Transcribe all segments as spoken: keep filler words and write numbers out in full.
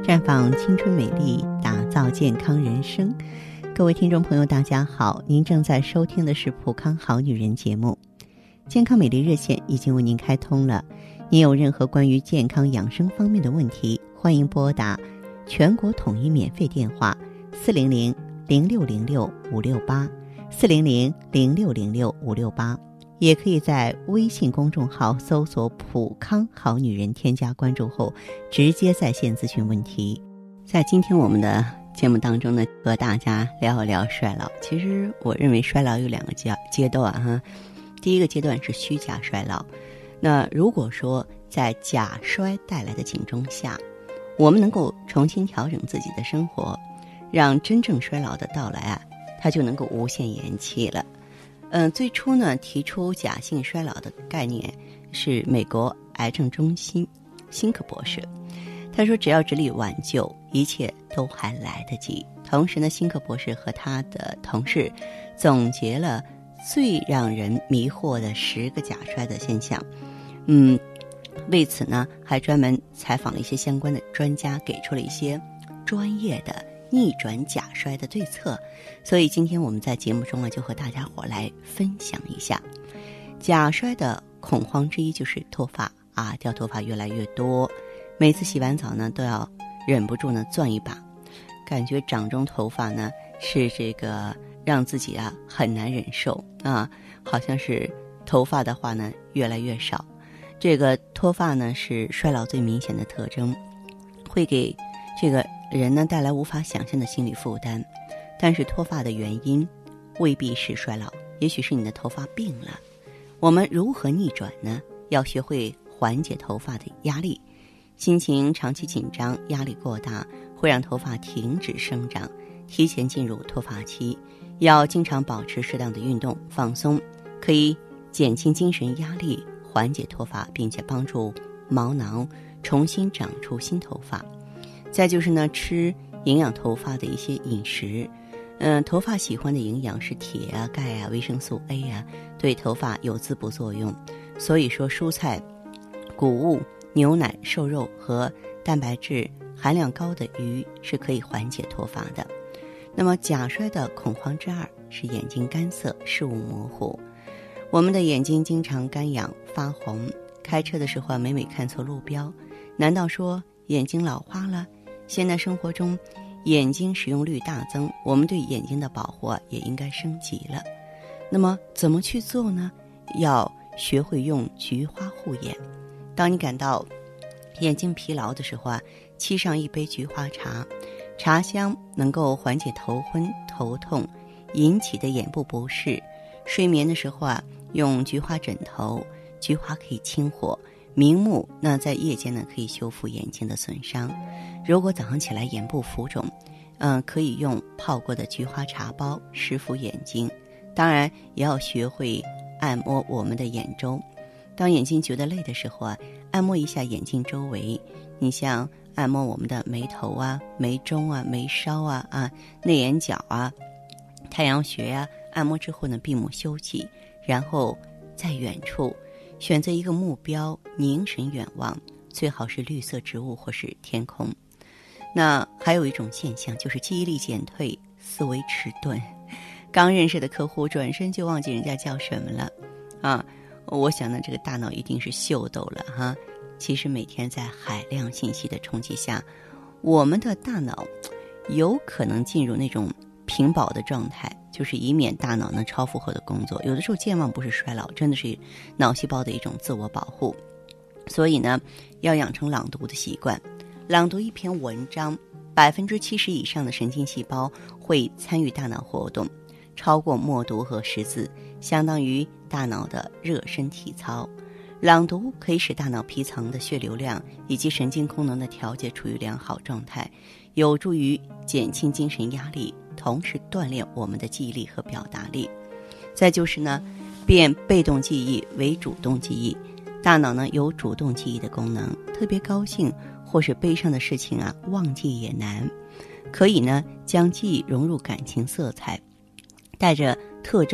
绽放青春美丽，打造健康人生。各位听众朋友大家好，您正在收听的是普康好女人节目。健康美丽热线已经为您开通了，您有任何关于健康养生方面的问题，欢迎拨打全国统一免费电话四零零零六零六五六八四零零零六零六五六八，也可以在微信公众号搜索普康好女人，添加关注后直接在线咨询问题。在今天我们的节目当中呢，和大家聊一聊衰老。其实我认为衰老有两个阶阶段哈，第一个阶段是虚假衰老。那如果说在假衰带来的警钟下，我们能够重新调整自己的生活，让真正衰老的到来啊，它就能够无限延期了。嗯，最初呢，提出假性衰老的概念是美国癌症中心辛克博士。他说，只要致力挽救，一切都还来得及。同时呢，辛克博士和他的同事总结了最让人迷惑的十个假衰的现象。嗯，为此呢，还专门采访了一些相关的专家，给出了一些专业的逆转假衰的对策。所以今天我们在节目中呢，就和大家伙来分享一下假衰的恐慌之一，就是脱发啊，掉头发越来越多，每次洗完澡呢都要忍不住呢攥一把，感觉掌中头发呢是这个让自己啊很难忍受啊，好像是头发的话呢越来越少。这个脱发呢是衰老最明显的特征，会给这个人呢带来无法想象的心理负担。但是脱发的原因未必是衰老，也许是你的头发病了。我们如何逆转呢？要学会缓解头发的压力。心情长期紧张，压力过大，会让头发停止生长，提前进入脱发期。要经常保持适当的运动放松，可以减轻精神压力，缓解脱发，并且帮助毛囊重新长出新头发。再就是呢，吃营养头发的一些饮食。嗯，头发喜欢的营养是铁啊、钙啊、维生素 A 啊，对头发有滋补作用。所以说，蔬菜、谷物、牛奶、瘦肉和蛋白质含量高的鱼是可以缓解脱发的。那么假衰的恐慌之二是眼睛干涩、视物模糊。我们的眼睛经常干痒发红，开车的时候每每看错路标，难道说眼睛老花了？现代生活中眼睛使用率大增，我们对眼睛的保护啊也应该升级了。那么怎么去做呢？要学会用菊花护眼。当你感到眼睛疲劳的时候啊，沏上一杯菊花茶，茶香能够缓解头昏头痛引起的眼部不适。睡眠的时候啊，用菊花枕头，菊花可以清火明目，那在夜间呢可以修复眼睛的损伤。如果早上起来眼部浮肿，嗯、呃，可以用泡过的菊花茶包湿敷眼睛。当然也要学会按摩我们的眼周。当眼睛觉得累的时候啊，按摩一下眼睛周围。你像按摩我们的眉头啊、眉中啊、眉梢啊、啊内眼角啊、太阳穴啊，按摩之后呢，闭目休息，然后在远处选择一个目标，凝神远望，最好是绿色植物或是天空。那还有一种现象，就是记忆力减退，思维迟钝。刚认识的客户转身就忘记人家叫什么了啊！我想呢，这个大脑一定是秀逗了哈。其实每天在海量信息的冲击下，我们的大脑有可能进入那种屏保的状态，就是以免大脑呢超负荷的工作。有的时候健忘不是衰老，真的是脑细胞的一种自我保护。所以呢，要养成朗读的习惯。朗读一篇文章，百分之七十以上的神经细胞会参与大脑活动，超过默读和识字，相当于大脑的热身体操。朗读可以使大脑皮层的血流量以及神经功能的调节处于良好状态，有助于减轻精神压力，同时锻炼我们的记忆力和表达力。再就是呢，变被动记忆为主动记忆。大脑呢有主动记忆的功能，特别高兴或是悲伤的事情啊，忘记也难。可以呢将记忆融入感情色彩，带着特征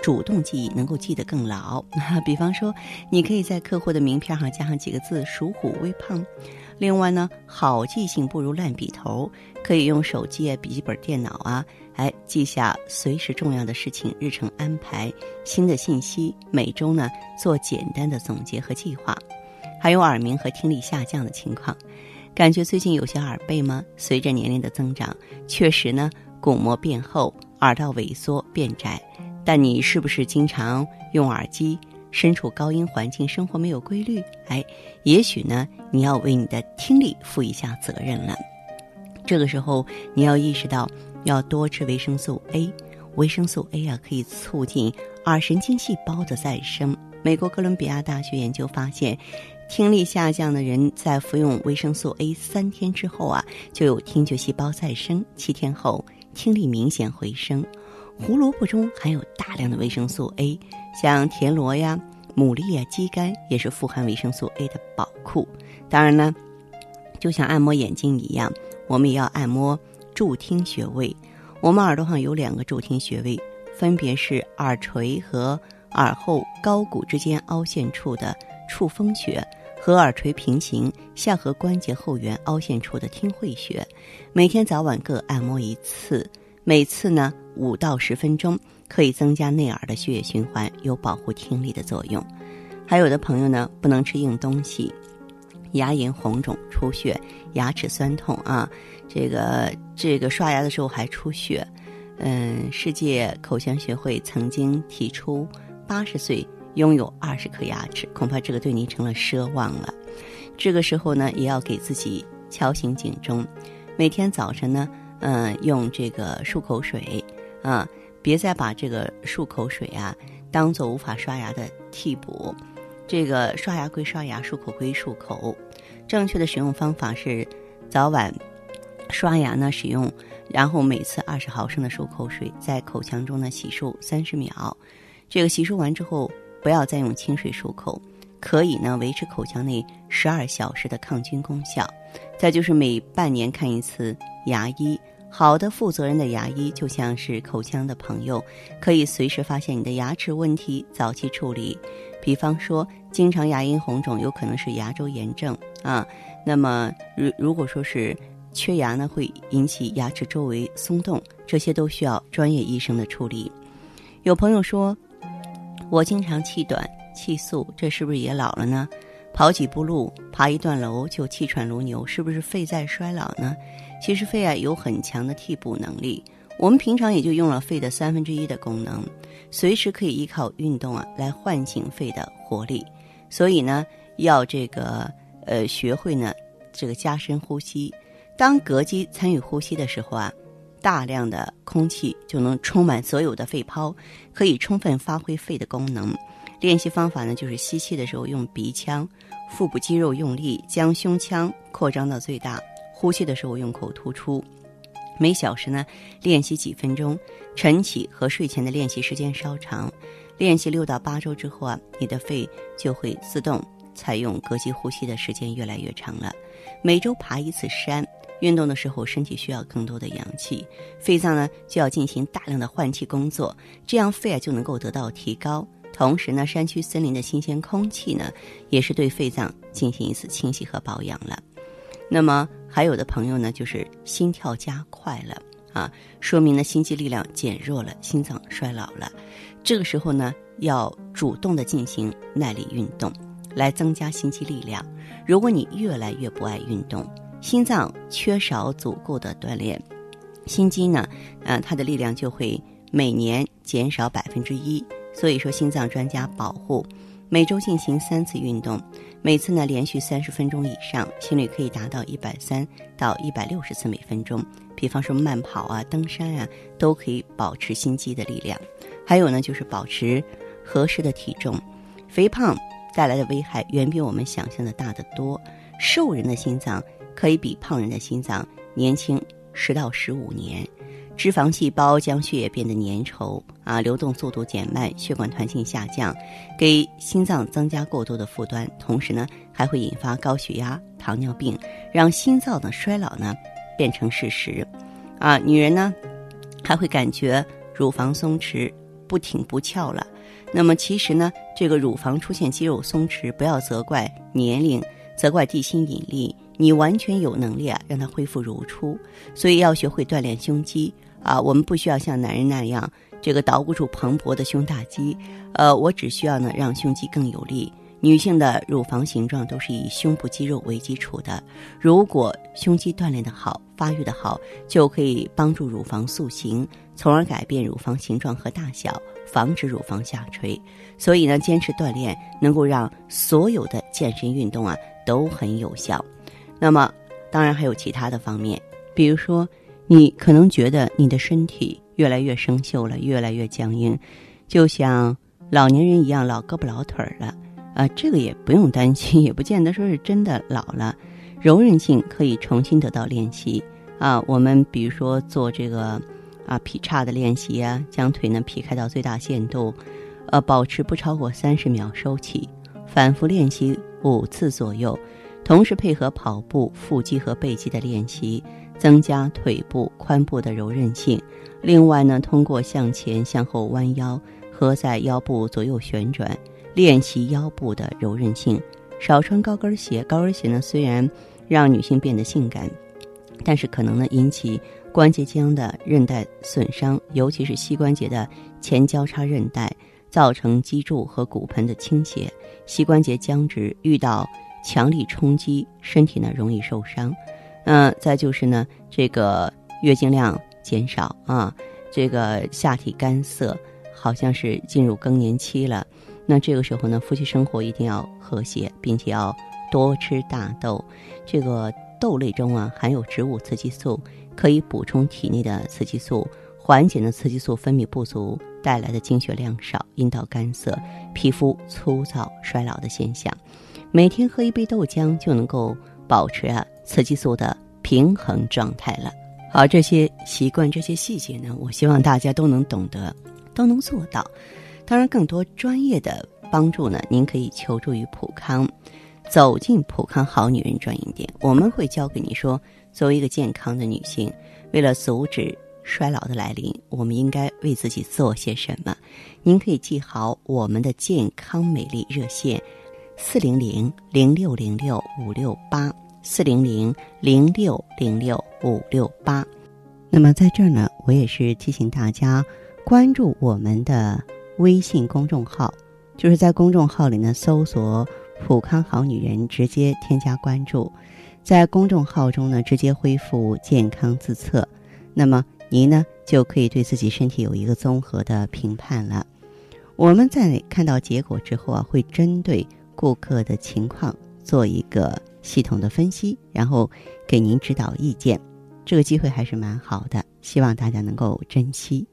主动记忆能够记得更牢。比方说，你可以在客户的名片上加上几个字“属虎微胖”。另外呢，好记性不如烂笔头，可以用手机啊、笔记本电脑啊，哎，记下随时重要的事情、日程安排、新的信息，每周呢做简单的总结和计划。还有耳鸣和听力下降的情况，感觉最近有些耳背吗？随着年龄的增长，确实呢，鼓膜变厚，耳道萎缩变窄。但你是不是经常用耳机？身处高音环境，生活没有规律，哎，也许呢，你要为你的听力负一下责任了。这个时候，你要意识到要多吃维生素 A， 维生素 A 啊，可以促进耳神经细胞的再生。美国哥伦比亚大学研究发现，听力下降的人在服用维生素 A 三天之后啊，就有听觉细胞再生，七天后听力明显回升。胡萝卜中含有大量的维生素 A， 像田螺呀、牡蛎呀、鸡肝也是富含维生素 A 的宝库。当然呢，就像按摩眼睛一样，我们也要按摩助听穴位。我们耳朵上有两个助听穴位，分别是耳垂和耳后高骨之间凹陷处的触风穴，和耳垂平行下颌关节后缘凹陷处的听会穴。每天早晚各按摩一次，每次呢五到十分钟，可以增加内耳的血液循环，有保护听力的作用。还有的朋友呢，不能吃硬东西，牙龈红肿出血，牙齿酸痛啊，这个这个刷牙的时候还出血。嗯，世界口腔学会曾经提出，八十岁拥有二十颗牙齿，恐怕这个对您成了奢望了。这个时候呢，也要给自己敲醒警钟，每天早晨呢，嗯，用这个漱口水啊，别再把这个漱口水啊当做无法刷牙的替补。这个刷牙归刷牙，漱口归漱口。正确的使用方法是，早晚刷牙呢使用，然后每次二十毫升的漱口水，在口腔中呢洗漱三十秒。这个洗漱完之后，不要再用清水漱口，可以呢维持口腔内十二小时的抗菌功效。再就是每半年看一次牙医。好的负责任的牙医就像是口腔的朋友，可以随时发现你的牙齿问题，早期处理。比方说经常牙龈红肿，有可能是牙周炎症啊。那么如如果说是缺牙呢，会引起牙齿周围松动，这些都需要专业医生的处理。有朋友说，我经常气短气促，这是不是也老了呢？跑几步路，爬一段楼就气喘如牛，是不是肺在衰老呢？其实肺啊有很强的替补能力，我们平常也就用了肺的三分之一的功能，随时可以依靠运动啊来唤醒肺的活力。所以呢，要这个呃学会呢这个加深呼吸。当膈肌参与呼吸的时候啊，大量的空气就能充满所有的肺泡，可以充分发挥肺的功能。练习方法呢，就是吸气的时候用鼻腔，腹部肌肉用力，将胸腔扩张到最大；呼气的时候用口突出。每小时呢练习几分钟，晨起和睡前的练习时间稍长。练习六到八周之后啊，你的肺就会自动采用膈肌呼吸的时间越来越长了。每周爬一次山，运动的时候身体需要更多的氧气，肺脏呢就要进行大量的换气工作，这样肺啊就能够得到提高。同时呢，山区森林的新鲜空气呢，也是对肺脏进行一次清洗和保养了。那么还有的朋友呢，就是心跳加快了啊，说明呢心肌力量减弱了，心脏衰老了。这个时候呢，要主动的进行耐力运动，来增加心肌力量。如果你越来越不爱运动，心脏缺少足够的锻炼，心肌呢，呃，它的力量就会每年减少百分之一。所以说，心脏专家保护每周进行三次运动，每次呢连续三十分钟以上，心率可以达到一百三到一百六十次每分钟。比方说慢跑啊、登山啊，都可以保持心肌的力量。还有呢，就是保持合适的体重。肥胖带来的危害远比我们想象的大得多。瘦人的心脏可以比胖人的心脏年轻十到十五年。脂肪细胞将血液变得粘稠啊，流动速度减慢，血管弹性下降，给心脏增加过多的负担，同时呢，还会引发高血压、糖尿病，让心脏的衰老呢变成事实。啊，女人呢还会感觉乳房松弛、 不挺不翘了。那么其实呢，这个乳房出现肌肉松弛，不要责怪年龄，责怪地心引力，你完全有能力啊让它恢复如初。所以要学会锻炼胸肌啊，我们不需要像男人那样这个捣鼓出蓬勃的胸大肌，呃，我只需要呢让胸肌更有力。女性的乳房形状都是以胸部肌肉为基础的，如果胸肌锻炼得好，发育得好，就可以帮助乳房塑形，从而改变乳房形状和大小，防止乳房下垂。所以呢，坚持锻炼能够让所有的健身运动啊都很有效。那么当然还有其他的方面，比如说你可能觉得你的身体越来越生锈了，越来越僵硬，就像老年人一样老胳膊老腿了啊，这个也不用担心，也不见得说是真的老了。柔韧性可以重新得到练习啊。我们比如说做这个啊劈叉的练习啊，将腿呢劈开到最大限度，呃，保持不超过三十秒收起，反复练习五次左右，同时配合跑步、腹肌和背肌的练习，增加腿部、髋部的柔韧性。另外呢，通过向前、向后弯腰和在腰部左右旋转，练习腰部的柔韧性。少穿高跟鞋，高跟鞋呢虽然让女性变得性感，但是可能呢引起关节腔的韧带损伤，尤其是膝关节的前交叉韧带，造成脊柱和骨盆的倾斜，膝关节僵直，遇到强力冲击，身体呢容易受伤。嗯、呃，再就是呢，这个月经量减少啊，这个下体干涩，好像是进入更年期了。那这个时候呢，夫妻生活一定要和谐，并且要多吃大豆。这个豆类中啊含有植物雌激素，可以补充体内的雌激素，缓解呢雌激素分泌不足带来的经血量少、阴道干涩、皮肤粗糙、衰老的现象。每天喝一杯豆浆就能够保持啊雌激素的平衡状态了。好，这些习惯、这些细节呢，我希望大家都能懂得，都能做到。当然更多专业的帮助呢，您可以求助于普康，走进普康好女人专营店，我们会教给你说，作为一个健康的女性，为了阻止衰老的来临，我们应该为自己做些什么。您可以记好我们的健康美丽热线四零零零六零六五六八四零零零六零六五六八。那么在这儿呢，我也是提醒大家关注我们的微信公众号，就是在公众号里呢搜索普康好女人，直接添加关注，在公众号中呢直接恢复健康自测，那么您呢就可以对自己身体有一个综合的评判了。我们在看到结果之后啊，会针对顾客的情况做一个系统的分析，然后给您指导意见。这个机会还是蛮好的，希望大家能够珍惜。